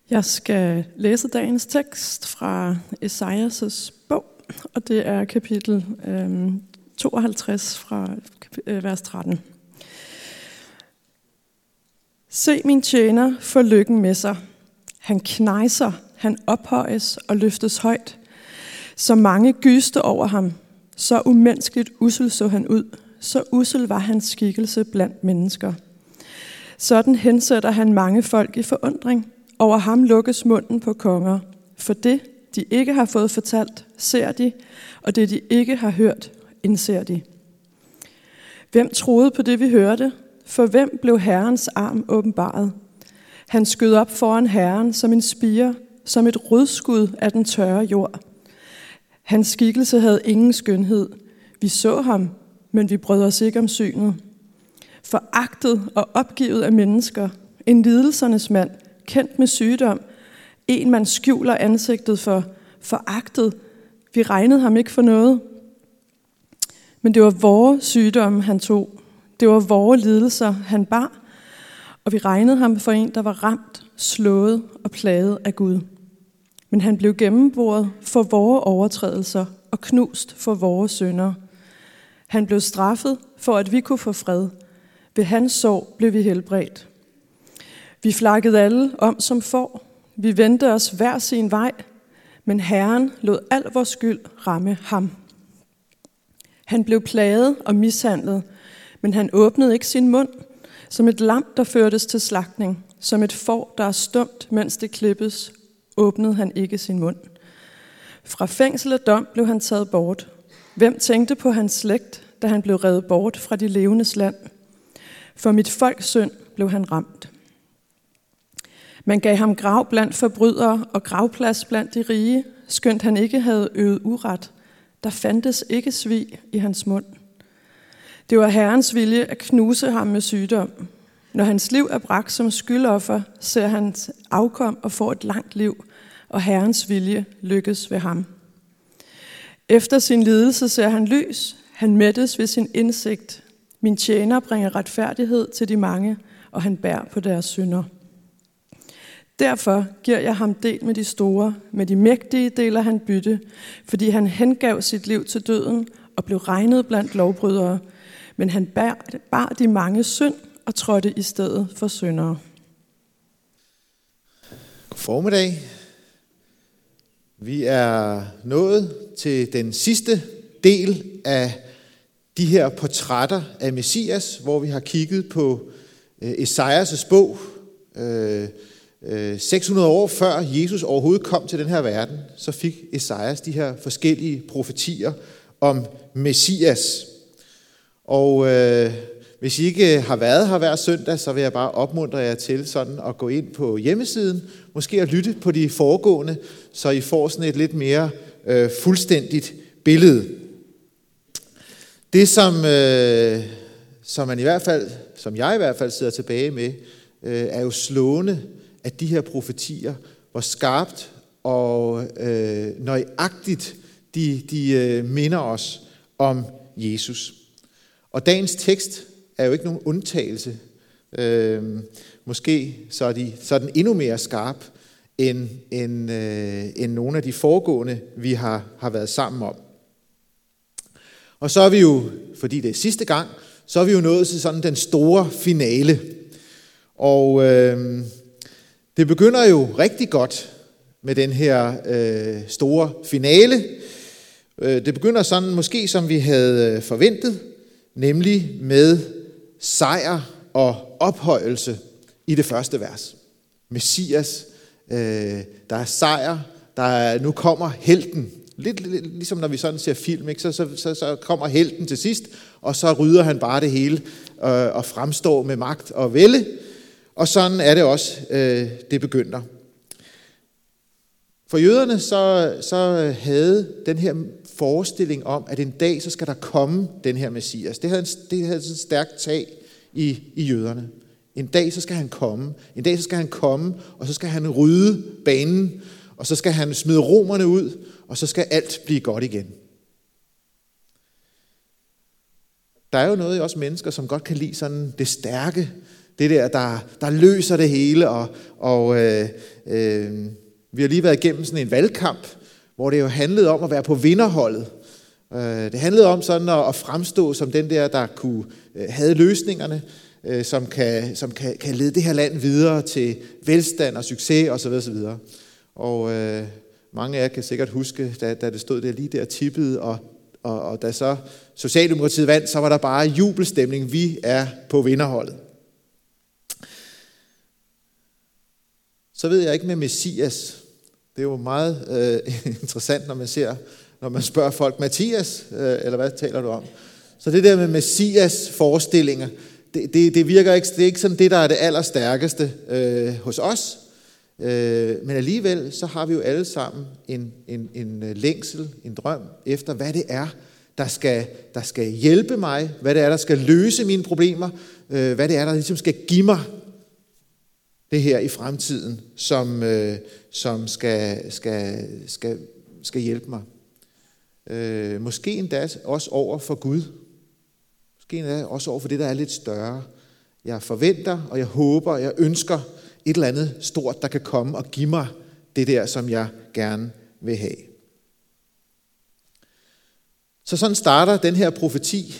Jeg skal læse dagens tekst fra Esajas' bog, og det er kapitel 52 fra vers 13. Se min tjener få lykken med sig. Han knejser, han ophøjes og løftes højt. Så mange gyste over ham. Så umenneskeligt ussel så han ud. Så ussel var hans skikkelse blandt mennesker. Sådan hensætter han mange folk i forundring. Over ham lukkes munden på konger. For det, de ikke har fået fortalt, ser de, og det, de ikke har hørt, indser de. Hvem troede på det, vi hørte? For hvem blev Herrens arm åbenbaret? Han skød op foran Herren som en spire, som et rodskud af den tørre jord. Hans skikkelse havde ingen skønhed. Vi så ham, men vi brød os ikke om synet. Foragtet og opgivet af mennesker, en lidelsernes mand, kendt med sygdom, en man skjuler ansigtet for, foragtet. Vi regnede ham ikke for noget. Men det var vores sygdomme, han tog. Det var vores lidelser, han bar. Og vi regnede ham for en, der var ramt, slået og plaget af Gud. Men han blev gennemboret for vores overtrædelser og knust for vores synder. Han blev straffet for, at vi kunne få fred. Ved hans sorg blev vi helbredt. Vi flakkede alle om som får. Vi vendte os hver sin vej, men Herren lod al vores skyld ramme ham. Han blev plaget og mishandlet, men han åbnede ikke sin mund. Som et lam, der førtes til slagtning, som et får, der er stumt, mens det klippes, åbnede han ikke sin mund. Fra fængsel og dom blev han taget bort. Hvem tænkte på hans slægt, da han blev revet bort fra de levendes land? For mit folks synd blev han ramt. Man gav ham grav blandt forbrydere og gravplads blandt de rige, skønt han ikke havde øvet uret. Der fandtes ikke svig i hans mund. Det var Herrens vilje at knuse ham med sygdom. Når hans liv er bragt som skyldoffer, ser han afkom og får et langt liv, og Herrens vilje lykkes ved ham. Efter sin lidelse ser han lys. Han mættes ved sin indsigt. Min tjener bringer retfærdighed til de mange, og han bærer på deres synder. Derfor giver jeg ham del med de store, med de mægtige deler han bytte, fordi han hengav sit liv til døden og blev regnet blandt lovbrydere. Men han bar de mange synd og trådte i stedet for syndere. God formiddag. Vi er nået til den sidste del af de her portrætter af Messias, hvor vi har kigget på Esajas' bog. 600 år før Jesus overhovedet kom til den her verden, så fik Esajas de her forskellige profetier om Messias. Og hvis I ikke har været her hver søndag, så vil jeg bare opmuntre jer til sådan at gå ind på hjemmesiden, måske at lytte på de foregående, så I får sådan et lidt mere fuldstændigt billede. Det som man i hvert fald, som jeg i hvert fald sidder tilbage med, er jo slående, at de her profetier, hvor skarpt og nøjagtigt de minder os om Jesus. Og dagens tekst er jo ikke nogen undtagelse. Måske så er den endnu mere skarp end nogle af de foregående, vi har været sammen om. Og så er vi jo, fordi det er sidste gang, så er vi jo nået til sådan den store finale. Og det begynder jo rigtig godt med den her store finale. Det begynder sådan måske som vi havde forventet, nemlig med sejr og ophøjelse i det første vers. Messias, der er sejr, nu kommer helten. Lidt ligesom når vi sådan ser film, ikke? Så kommer helten til sidst, og så rydder han bare det hele og fremstår med magt og vælde. Og sådan er det også, det begynder. For jøderne så havde den her forestilling om, at en dag så skal der komme den her Messias. Det havde et stærkt tag i jøderne. En dag så skal han komme. En dag så skal han komme, og så skal han rydde banen, og så skal han smide romerne ud, og så skal alt blive godt igen. Der er jo noget i os mennesker, som godt kan lide sådan det stærke, Det der løser det hele, og vi har lige været igennem sådan en valgkamp, hvor det jo handlede om at være på vinderholdet. Det handlede om sådan at fremstå som den der kunne have løsningerne, som kan lede det her land videre til velstand og succes osv. osv. Og mange af jer kan sikkert huske, da det stod der lige der tippede, og da så Socialdemokratiet vandt, så var der bare jubelstemning. Vi er på vinderholdet. Så ved jeg ikke med Messias. Det er jo meget interessant, når man spørger folk, Mathias, eller hvad taler du om? Så det der med Messias forestillinger, det virker ikke, det er ikke sådan det, der er det allerstærkeste hos os. Men alligevel, så har vi jo alle sammen en længsel, en drøm efter, hvad det er, der skal hjælpe mig, hvad det er, der skal løse mine problemer, hvad det er, der ligesom skal give mig det her i fremtiden, som skal hjælpe mig. Måske endda også over for Gud. Måske endda også over for det, der er lidt større. Jeg forventer, og jeg håber, og jeg ønsker et eller andet stort, der kan komme og give mig det der, som jeg gerne vil have. Så sådan starter den her profeti,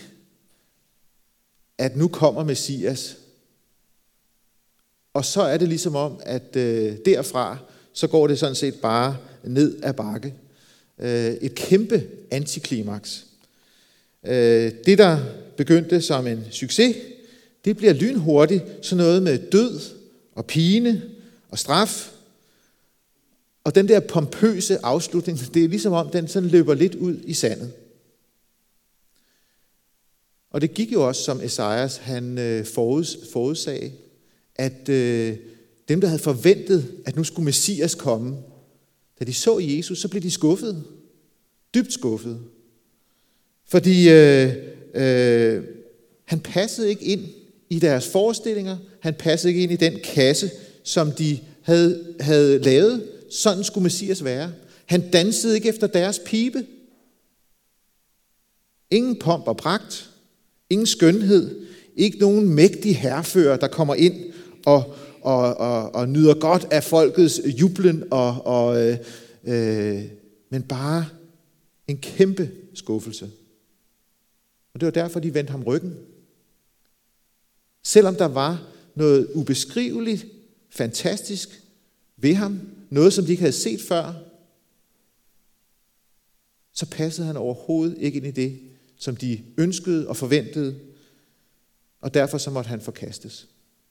at nu kommer Messias. Og så er det ligesom om, at derfra, så går det sådan set bare ned ad bakke. Et kæmpe antiklimaks. Det, der begyndte som en succes, det bliver lynhurtigt sådan noget med død og pine og straf. Og den der pompøse afslutning, det er ligesom om, den sådan løber lidt ud i sandet. Og det gik jo også, som Esajas han forudsagde, at dem, der havde forventet, at nu skulle Messias komme, da de så Jesus, så blev de skuffede. Dybt skuffede. Fordi han passede ikke ind i deres forestillinger. Han passede ikke ind i den kasse, som de havde lavet. Sådan skulle Messias være. Han dansede ikke efter deres pibe. Ingen pomp og pragt. Ingen skønhed. Ikke nogen mægtig hærfører, der kommer ind og nyder godt af folkets jublen, men bare en kæmpe skuffelse. Og det var derfor, de vendte ham ryggen. Selvom der var noget ubeskriveligt, fantastisk ved ham, noget som de ikke havde set før, så passede han overhovedet ikke ind i det, som de ønskede og forventede, og derfor så måtte han forkastes.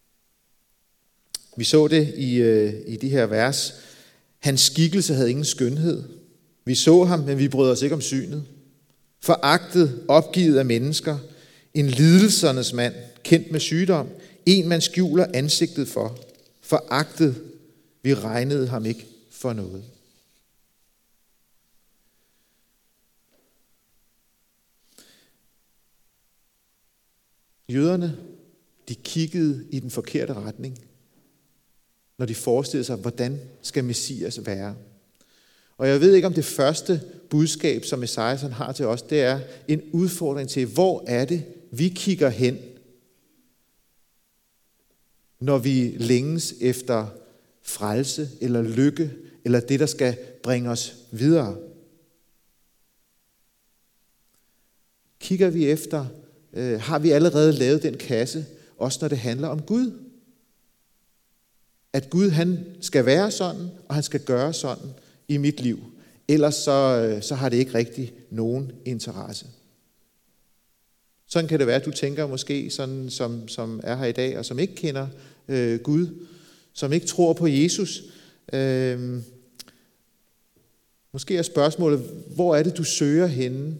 Vi så det i de her vers. Hans skikkelse havde ingen skønhed. Vi så ham, men vi brød os ikke om synet. Foragtet, opgivet af mennesker. En lidelsernes mand, kendt med sygdom. En, man skjuler ansigtet for. Foragtet, vi regnede ham ikke for noget. Jøderne, de kiggede i den forkerte retning, når de forestillede sig, hvordan skal Messias være. Og jeg ved ikke, om det første budskab, som Esajas har til os, det er en udfordring til, hvor er det, vi kigger hen, når vi længes efter frelse eller lykke, eller det, der skal bringe os videre. Kigger vi efter, har vi allerede lavet den kasse, også når det handler om Gud? At Gud han skal være sådan, og han skal gøre sådan i mit liv. Ellers så har det ikke rigtig nogen interesse. Sådan kan det være, at du tænker måske, sådan, som er her i dag, og som ikke kender Gud, som ikke tror på Jesus. Måske er spørgsmålet, hvor er det, du søger henne?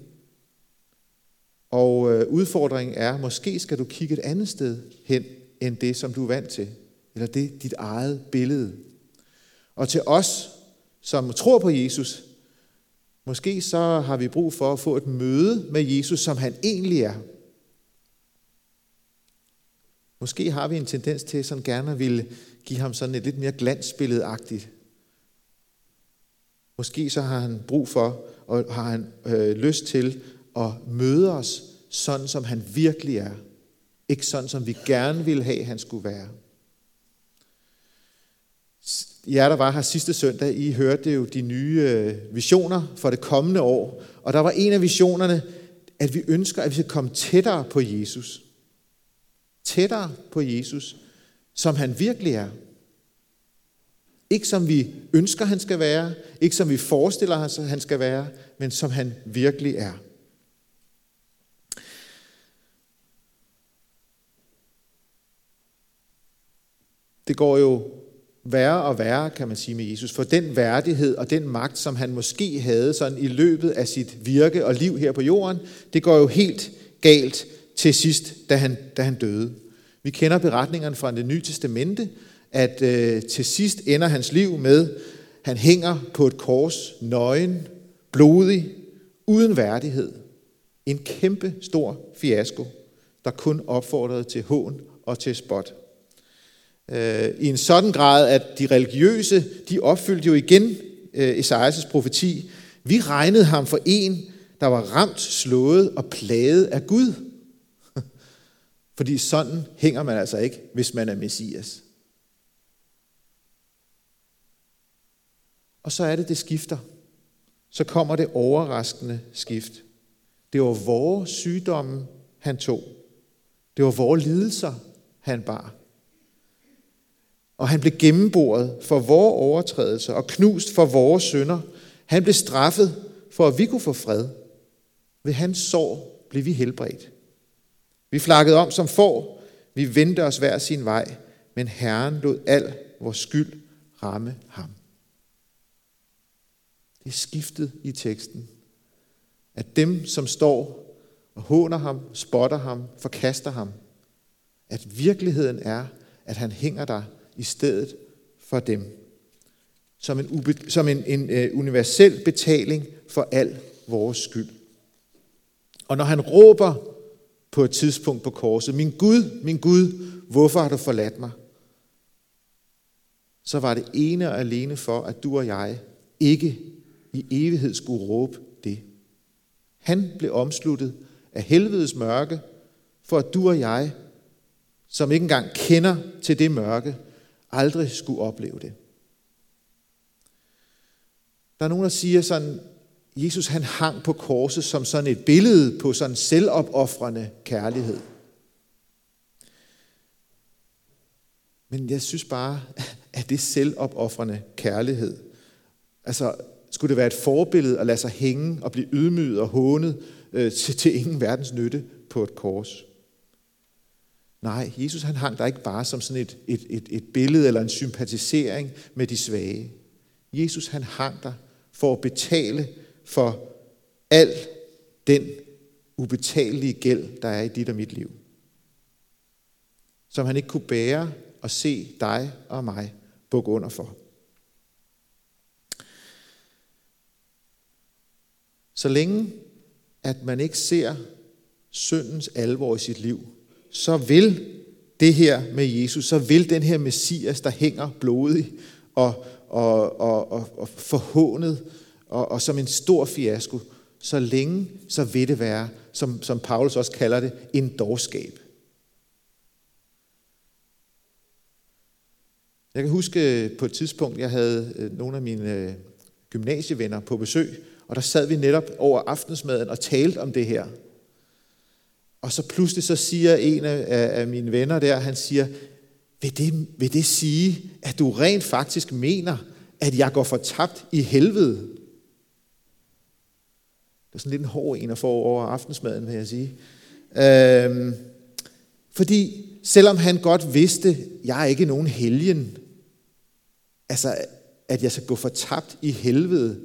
Og udfordringen er, måske skal du kigge et andet sted hen, end det, som du er vant til. Eller det dit eget billede. Og til os, som tror på Jesus, måske så har vi brug for at få et møde med Jesus, som han egentlig er. Måske har vi en tendens til, sådan gerne ville give ham sådan et lidt mere glansbilledagtigt. Måske så har han brug for, og har han lyst til at møde os, sådan som han virkelig er. Ikke sådan, som vi gerne ville have, han skulle være. Jer, der var her sidste søndag, I hørte jo de nye visioner for det kommende år. Og der var en af visionerne, at vi ønsker, at vi skal komme tættere på Jesus. Tættere på Jesus, som han virkelig er. Ikke som vi ønsker, han skal være. Ikke som vi forestiller os, han skal være. Men som han virkelig er. Det går jo værre og værre, kan man sige med Jesus, for den værdighed og den magt, som han måske havde sådan i løbet af sit virke og liv her på jorden, det går jo helt galt til sidst, da han døde. Vi kender beretningerne fra Det Nye Testamente, at til sidst ender hans liv med, han hænger på et kors, nøgen, blodig, uden værdighed. En kæmpe stor fiasko, der kun opfordrede til hån og til spot. I en sådan grad, at de religiøse, de opfyldte jo igen Esajas profeti. Vi regnede ham for en, der var ramt, slået og plaget af Gud. Fordi sådan hænger man altså ikke, hvis man er Messias. Og så er det skifter. Så kommer det overraskende skift. Det var vores sygdomme, han tog. Det var vores lidelser, han bar. Og han blev gennemboret for vores overtrædelser og knust for vores synder. Han blev straffet for, at vi kunne få fred. Ved hans sår blev vi helbredt. Vi flakkede om som får. Vi vendte os hver sin vej. Men Herren lod al vores skyld ramme ham. Det er skiftet i teksten. At dem, som står og håner ham, spotter ham, forkaster ham. At virkeligheden er, at han hænger der i stedet for dem. Som en universel betaling for al vores skyld. Og når han råber på et tidspunkt på korset, min Gud, hvorfor har du forladt mig? Så var det ene og alene for, at du og jeg ikke i evighed skulle råbe det. Han blev omsluttet af helvedes mørke, for at du og jeg, som ikke engang kender til det mørke, aldrig skulle opleve det. Der er nogen, der siger sådan, Jesus han hang på korset som sådan et billede på sådan selvopofrende kærlighed. Men jeg synes bare, at det selvopofrende kærlighed, altså skulle det være et forbillede at lade sig hænge og blive ydmyget og hånet til ingen verdens nytte på et kors. Nej, Jesus han hang der ikke bare som sådan et billede eller en sympatisering med de svage. Jesus han hang der for at betale for al den ubetalelige gæld, der er i dit og mit liv. Som han ikke kunne bære og se dig og mig bukke under for. Så længe at man ikke ser syndens alvor i sit liv, så vil det her med Jesus, så vil den her Messias, der hænger blodig og forhånet og som en stor fiasko, så længe så vil det være, som Paulus også kalder det, en dårskab. Jeg kan huske på et tidspunkt, jeg havde nogle af mine gymnasievenner på besøg, og der sad vi netop over aftensmaden og talte om det her. Og så pludselig så siger en af mine venner der, han siger, vil det sige, at du rent faktisk mener, at jeg går fortabt i helvede? Det er sådan lidt en hård en at få over aftensmaden, vil jeg sige. Fordi selvom han godt vidste, jeg er ikke nogen helgen, altså at jeg skal gå fortabt i helvede,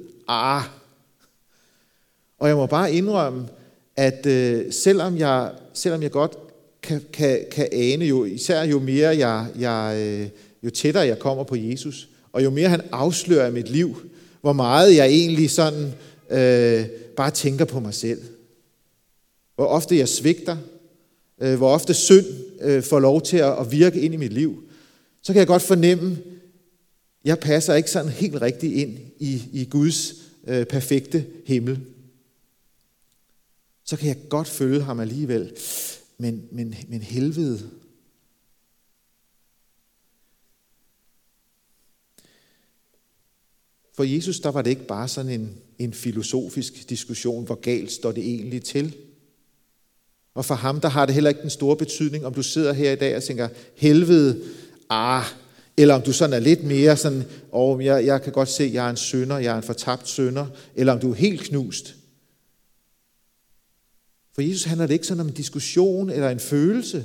Og jeg må bare indrømme, at selvom jeg godt kan ane, jo især jo mere jo tættere jeg kommer på Jesus, og jo mere han afslører mit liv, hvor meget jeg egentlig sådan bare tænker på mig selv. Hvor ofte jeg svigter, hvor ofte synd får lov til at virke ind i mit liv, så kan jeg godt fornemme, jeg passer ikke sådan helt rigtigt ind i Guds perfekte himmel. Så kan jeg godt følge ham alligevel. Men helvede. For Jesus, der var det ikke bare sådan en filosofisk diskussion, hvor galt står det egentlig til. Og for ham, der har det heller ikke den store betydning, om du sidder her i dag og tænker, helvede, eller om du sådan er lidt mere sådan, jeg kan godt se, at jeg er en synder, jeg er en fortabt synder, eller om du er helt knust. For Jesus handler det ikke sådan om en diskussion eller en følelse.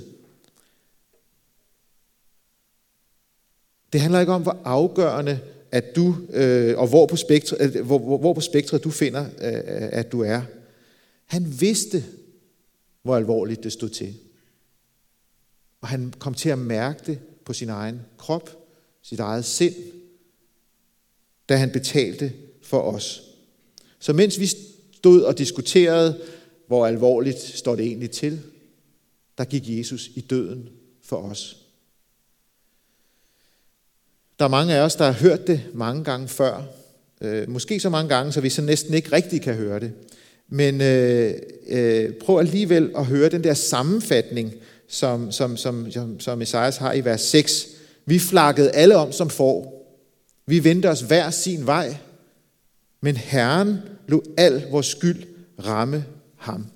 Det handler ikke om, hvor afgørende at du, og hvor på spektret du finder, at du er. Han vidste, hvor alvorligt det stod til. Og han kom til at mærke det på sin egen krop, sit eget sind, da han betalte for os. Så mens vi stod og diskuterede, hvor alvorligt står det egentlig til, der gik Jesus i døden for os. Der er mange af os, der har hørt det mange gange før. Måske så mange gange, så vi så næsten ikke rigtig kan høre det. Men prøv alligevel at høre den der sammenfatning, som Esajas har i vers 6. Vi flakkede alle om som får. Vi vendte os hver sin vej. Men Herren lod al vores skyld ramme ham.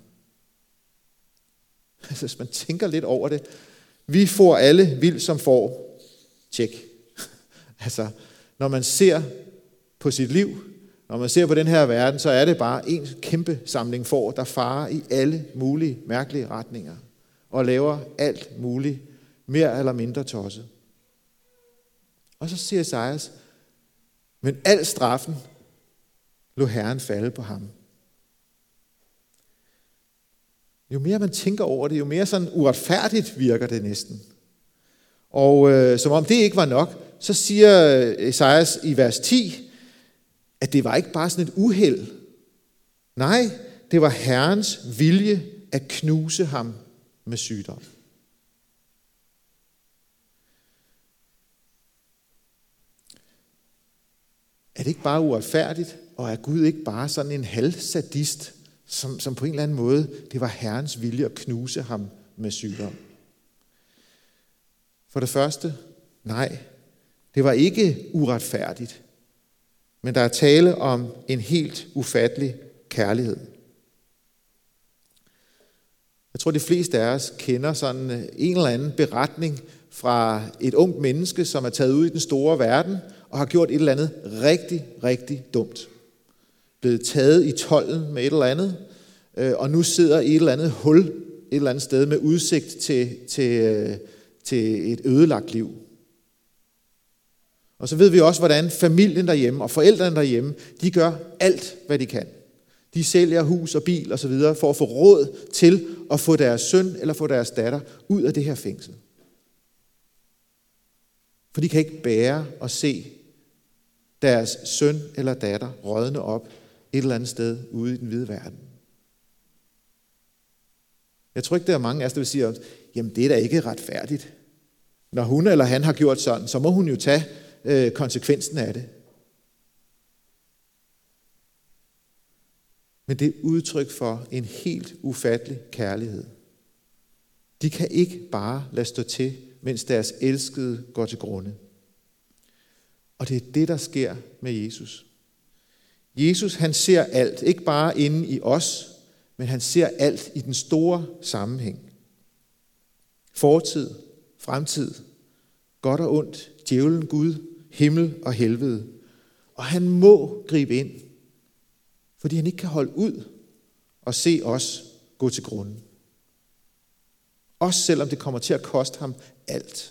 Altså, hvis man tænker lidt over det. Vi får alle vild som får. Tjek. Altså, når man ser på sit liv, når man ser på den her verden, så er det bare en kæmpe samling får, der farer i alle mulige mærkelige retninger og laver alt muligt, mere eller mindre tosset. Og så siger Esajas, men al straffen lod Herren falde på ham. Jo mere man tænker over det, jo mere sådan uretfærdigt virker det næsten. Og som om det ikke var nok, så siger Esajas i vers 10, at det var ikke bare sådan et uheld. Nej, det var Herrens vilje at knuse ham med sygdom. Er det ikke bare uretfærdigt, og er Gud ikke bare sådan en halvsadist, som på en eller anden måde, det var Herrens vilje at knuse ham med sygdom? For det første, nej, det var ikke uretfærdigt, men der er tale om en helt ufattelig kærlighed. Jeg tror, de fleste af os kender sådan en eller anden beretning fra et ungt menneske, som er taget ud i den store verden og har gjort et eller andet rigtig, rigtig dumt. Blevet taget i tolden med et eller andet, og nu sidder i et eller andet hul et eller andet sted med udsigt til et ødelagt liv. Og så ved vi også, hvordan familien derhjemme og forældrene derhjemme, de gør alt, hvad de kan. De sælger hus og bil og så videre for at få råd til at få deres søn eller få deres datter ud af det her fængsel. For de kan ikke bære at se deres søn eller datter rådne op et eller andet sted ude i den hvide verden. Jeg tror ikke, der er mange af os, der vil sige, jamen det er da ikke retfærdigt. Når hun eller han har gjort sådan, så må hun jo tage konsekvensen af det. Men det er udtryk for en helt ufattelig kærlighed. De kan ikke bare lade stå til, mens deres elskede går til grunde. Og det er det, der sker med Jesus. Jesus, han ser alt, ikke bare inde i os, men han ser alt i den store sammenhæng. Fortid, fremtid, godt og ondt, djævlen, Gud, himmel og helvede. Og han må gribe ind, fordi han ikke kan holde ud og se os gå til grunde. Også selvom det kommer til at koste ham alt.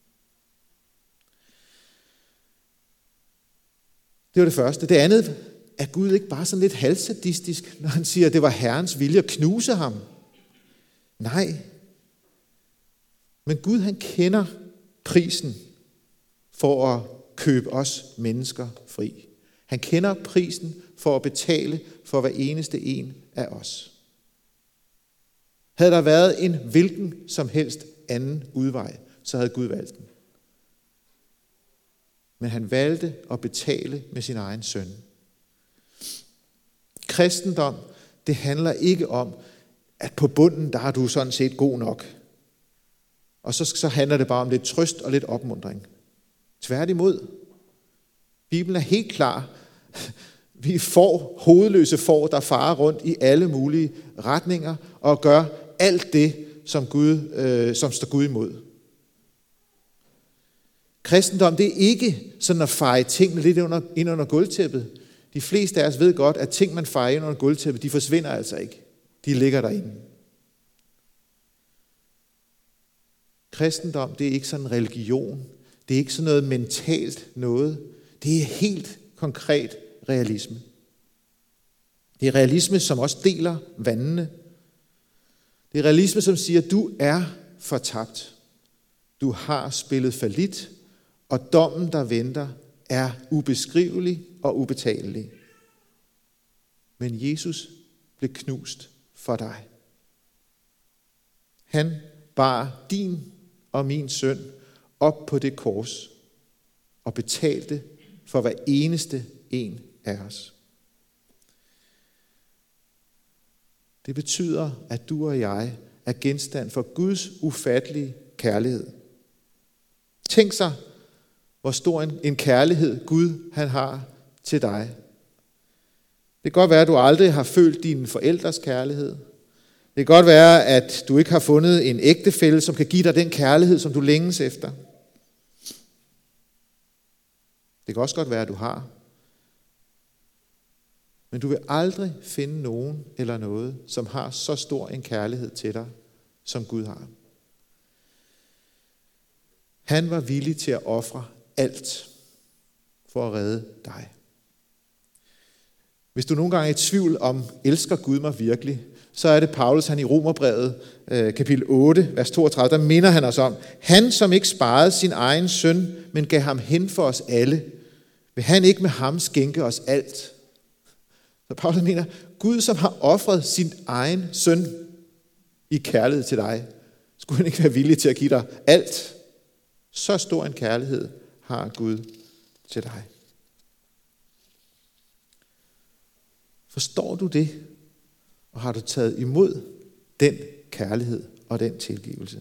Det var det første. Det andet, er Gud ikke bare sådan lidt halvsadistisk, når han siger, at det var Herrens vilje at knuse ham? Nej. Men Gud, han kender prisen for at købe os mennesker fri. Han kender prisen for at betale for hver eneste en af os. Havde der været en hvilken som helst anden udvej, så havde Gud valgt den. Men han valgte at betale med sin egen søn. Kristendom, det handler ikke om at på bunden, der har du sådan set god nok. Og så handler det bare om lidt trøst og lidt opmuntring. Tværtimod. Bibelen er helt klar. Vi får hovedløse får, der farer rundt i alle mulige retninger og gør alt det, som står Gud imod. Kristendom, det er ikke sådan at feje tingene lidt ind under gulvtæppet. De fleste af os ved godt, at ting, man fejer ind under gulvtæppet, de forsvinder altså ikke. De ligger derinde. Kristendom, det er ikke sådan en religion. Det er ikke sådan noget mentalt noget. Det er helt konkret realisme. Det er realisme, som også deler vandene. Det er realisme, som siger, at du er fortabt. Du har spillet fallit, og dommen, der venter, er ubeskrivelig og ubetalelig. Men Jesus blev knust for dig. Han bar din og min synd op på det kors og betalte for hver eneste en af os. Det betyder, at du og jeg er genstand for Guds ufattelige kærlighed. Tænk sig, hvor stor en kærlighed Gud han har til dig. Det kan godt være, at du aldrig har følt dine forældres kærlighed. Det kan godt være, at du ikke har fundet en ægtefælle, som kan give dig den kærlighed, som du længes efter. Det kan også godt være, at du har. Men du vil aldrig finde nogen eller noget, som har så stor en kærlighed til dig, som Gud har. Han var villig til at ofre alt for at redde dig. Hvis du nogle gange er i tvivl om, elsker Gud mig virkelig, så er det Paulus, han i Romerbrevet, kapitel 8, vers 32, der minder han os om, han som ikke sparede sin egen søn, men gav ham hen for os alle, vil han ikke med ham skænke os alt. Så Paulus mener, Gud som har ofret sin egen søn i kærlighed til dig, skulle han ikke være villig til at give dig alt. Så stor en kærlighed har Gud til dig. Forstår du det? Og har du taget imod den kærlighed og den tilgivelse?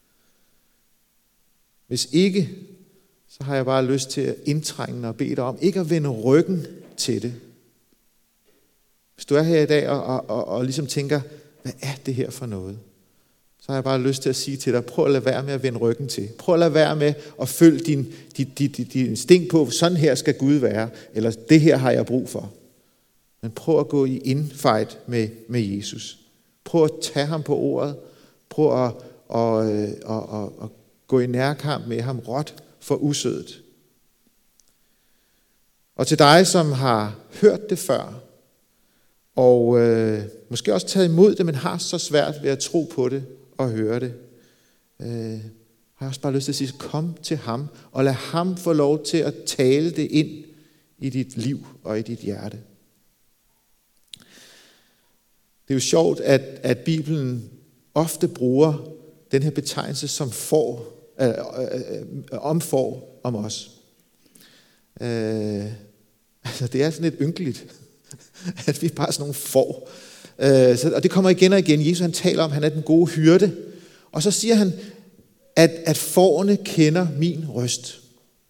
Hvis ikke, så har jeg bare lyst til at indtrænge og bede dig om ikke at vende ryggen til det. Hvis du er her i dag og ligesom tænker, hvad er det her for noget? Så har jeg bare lyst til at sige til dig, prøv at lade være med at vende ryggen til. Prøv at lade være med at følge din instinkt på, sådan her skal Gud være, eller det her har jeg brug for. Men prøv at gå i infight med Jesus. Prøv at tage ham på ordet. Prøv at gå i nærkamp med ham, råt for usødet. Og til dig, som har hørt det før, og måske også taget imod det, men har så svært ved at tro på det og høre det, har jeg også bare lyst til at sige, kom til ham, og lad ham få lov til at tale det ind i dit liv og i dit hjerte. Det er jo sjovt, at Bibelen ofte bruger den her betegnelse som får om os. Altså det er sådan lidt ynkeligt, at vi bare er sådan nogle får. Og det kommer igen og igen. Jesus han taler om, at han er den gode hyrde. Og så siger han, at fårene kender min røst.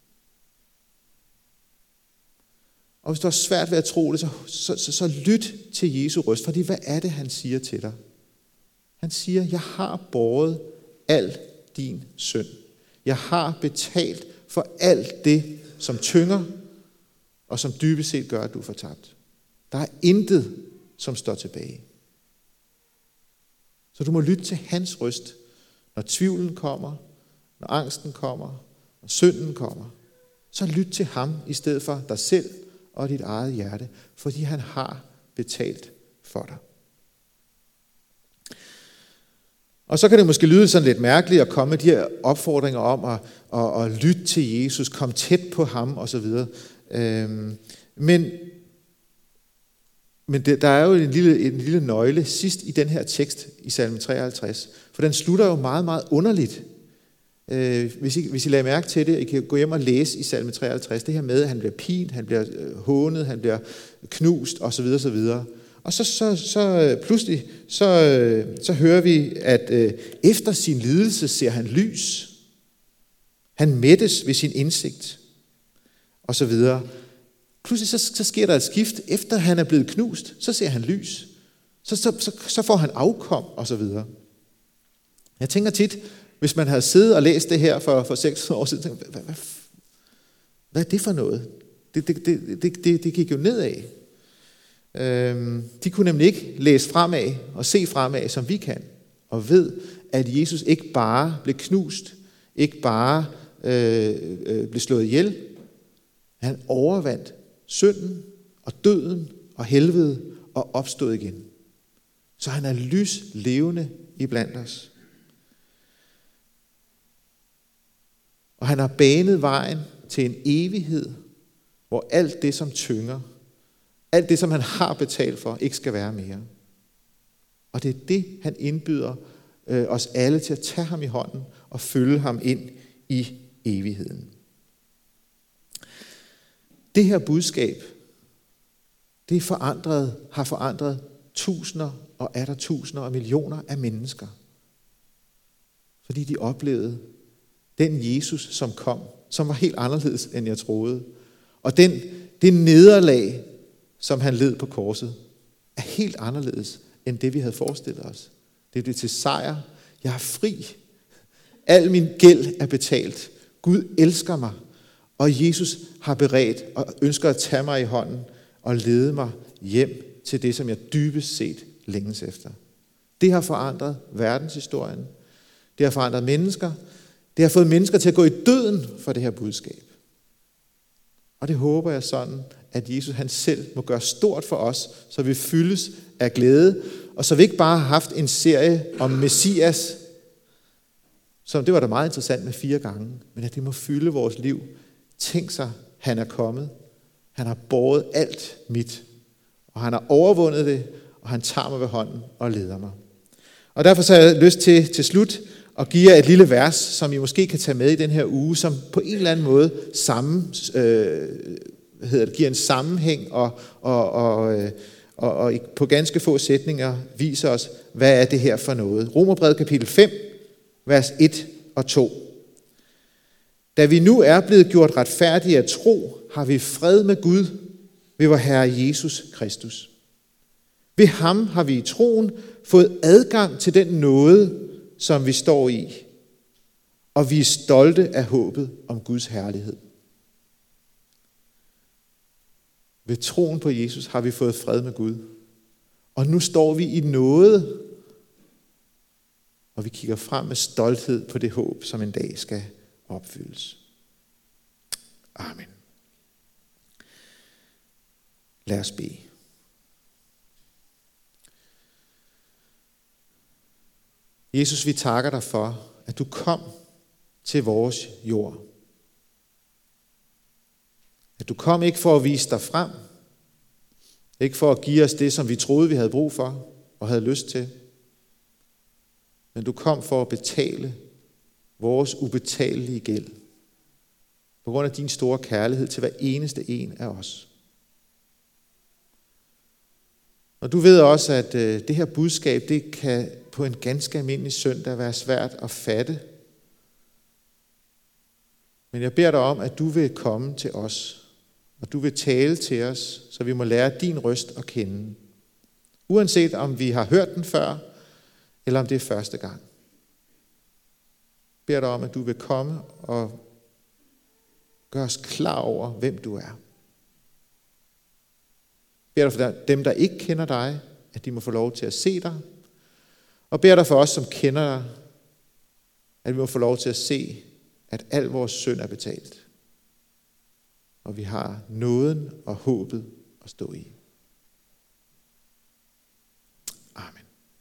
Og hvis du har svært ved at tro det, så lyt til Jesu røst. Fordi hvad er det, han siger til dig? Han siger, jeg har båret al din synd. Jeg har betalt for alt det, som tynger, og som dybest set gør, at du er fortabt. Der er intet, som står tilbage. Så du må lytte til hans røst, når tvivlen kommer, når angsten kommer, når synden kommer. Så lyt til ham i stedet for dig selv og dit eget hjerte, fordi han har betalt for dig. Og så kan det måske lyde sådan lidt mærkeligt at komme med de her opfordringer om at lytte til Jesus, komme tæt på ham osv. Men der er jo en lille nøgle sidst i den her tekst i salme 53, for den slutter jo meget, meget underligt. Hvis I lader mærke til det, I kan gå hjem og læse i salme 53, det her med, at han bliver pint, han bliver hånet, han bliver knust osv. osv. Og så pludselig så hører vi, at efter sin lidelse ser han lys. Han mættes ved sin indsigt, og så videre. Pludselig så sker der et skift. Efter han er blevet knust, så ser han lys. Så får han afkom, og så videre. Jeg tænker tit, hvis man havde siddet og læst det her for 6 år siden, tænker, hvad er det for noget? Det gik jo nedad. De kunne nemlig ikke læse fremad og se fremad, som vi kan, og ved, at Jesus ikke bare blev knust, ikke bare blev slået ihjel. Han overvandt synden og døden og helvede og opstod igen. Så han er lyslevende iblandt os. Og han har banet vejen til en evighed, hvor alt det, som tynger, alt det, som han har betalt for, ikke skal være mere. Og det er det, han indbyder os alle til at tage ham i hånden og følge ham ind i evigheden. Det her budskab, det har forandret tusinder og atter tusinder og millioner af mennesker. Fordi de oplevede den Jesus, som kom, som var helt anderledes, end jeg troede. Og det nederlag, som han led på korset, er helt anderledes, end det vi havde forestillet os. Det blev til sejr. Jeg er fri. Al min gæld er betalt. Gud elsker mig. Og Jesus har beredt og ønsker at tage mig i hånden og lede mig hjem til det, som jeg dybest set længes efter. Det har forandret verdenshistorien. Det har forandret mennesker. Det har fået mennesker til at gå i døden for det her budskab. Og det håber jeg sådan, at Jesus han selv må gøre stort for os, så vi fyldes af glæde, og så vi ikke bare har haft en serie om Messias, som det var da meget interessant med 4 gange, men at det må fylde vores liv. Tænk sig, han er kommet. Han har båret alt mit, og han har overvundet det, og han tager mig ved hånden og leder mig. Og derfor så har jeg lyst til slut at give jer et lille vers, som I måske kan tage med i den her uge, som på en eller anden måde giver en sammenhæng og på ganske få sætninger viser os, hvad er det her for noget. Romerbrevet kapitel 5, vers 1 og 2. Da vi nu er blevet gjort retfærdige af tro, har vi fred med Gud ved vor Herre Jesus Kristus. Ved ham har vi i troen fået adgang til den nåde, som vi står i, og vi er stolte af håbet om Guds herlighed. Ved troen på Jesus har vi fået fred med Gud, og nu står vi i nåde, og vi kigger frem med stolthed på det håb, som en dag skal opfyldes. Amen. Lad os bede. Jesus, vi takker dig for, at du kom til vores jord. At du kom ikke for at vise dig frem, ikke for at give os det, som vi troede, vi havde brug for og havde lyst til, men du kom for at betale vores ubetalelige gæld, på grund af din store kærlighed til hver eneste en af os. Og du ved også, at det her budskab, det kan på en ganske almindelig søndag være svært at fatte. Men jeg beder dig om, at du vil komme til os, og du vil tale til os, så vi må lære din røst at kende. Uanset om vi har hørt den før, eller om det er første gang. Jeg beder dig om, at du vil komme og gøre os klar over, hvem du er. Jeg beder dig for dem, der ikke kender dig, at de må få lov til at se dig. Og beder dig for os, som kender dig, at vi må få lov til at se, at al vores synd er betalt. Og vi har nåden og håbet at stå i. Amen.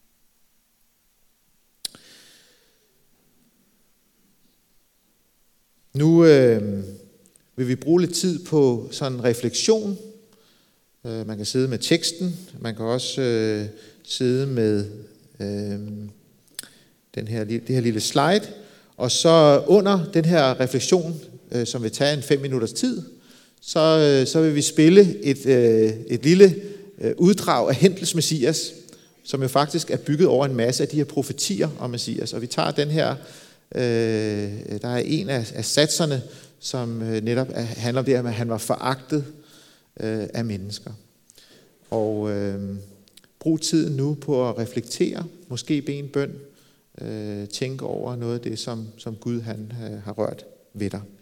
Nu vil vi bruge lidt tid på sådan en refleksion. Man kan sidde med teksten. Man kan også sidde med det her lille slide. Og så under den her refleksion, som vil tage en 5 minutters tid, så vil vi spille et lille uddrag af Händels Messias, som jo faktisk er bygget over en masse af de her profetier om Messias. Og vi tager den her, der er en af satserne, som netop handler om det her med, at han var foragtet af mennesker. Og brug tiden nu på at reflektere, måske bede en bøn, tænke over noget af det, som Gud han har rørt ved dig.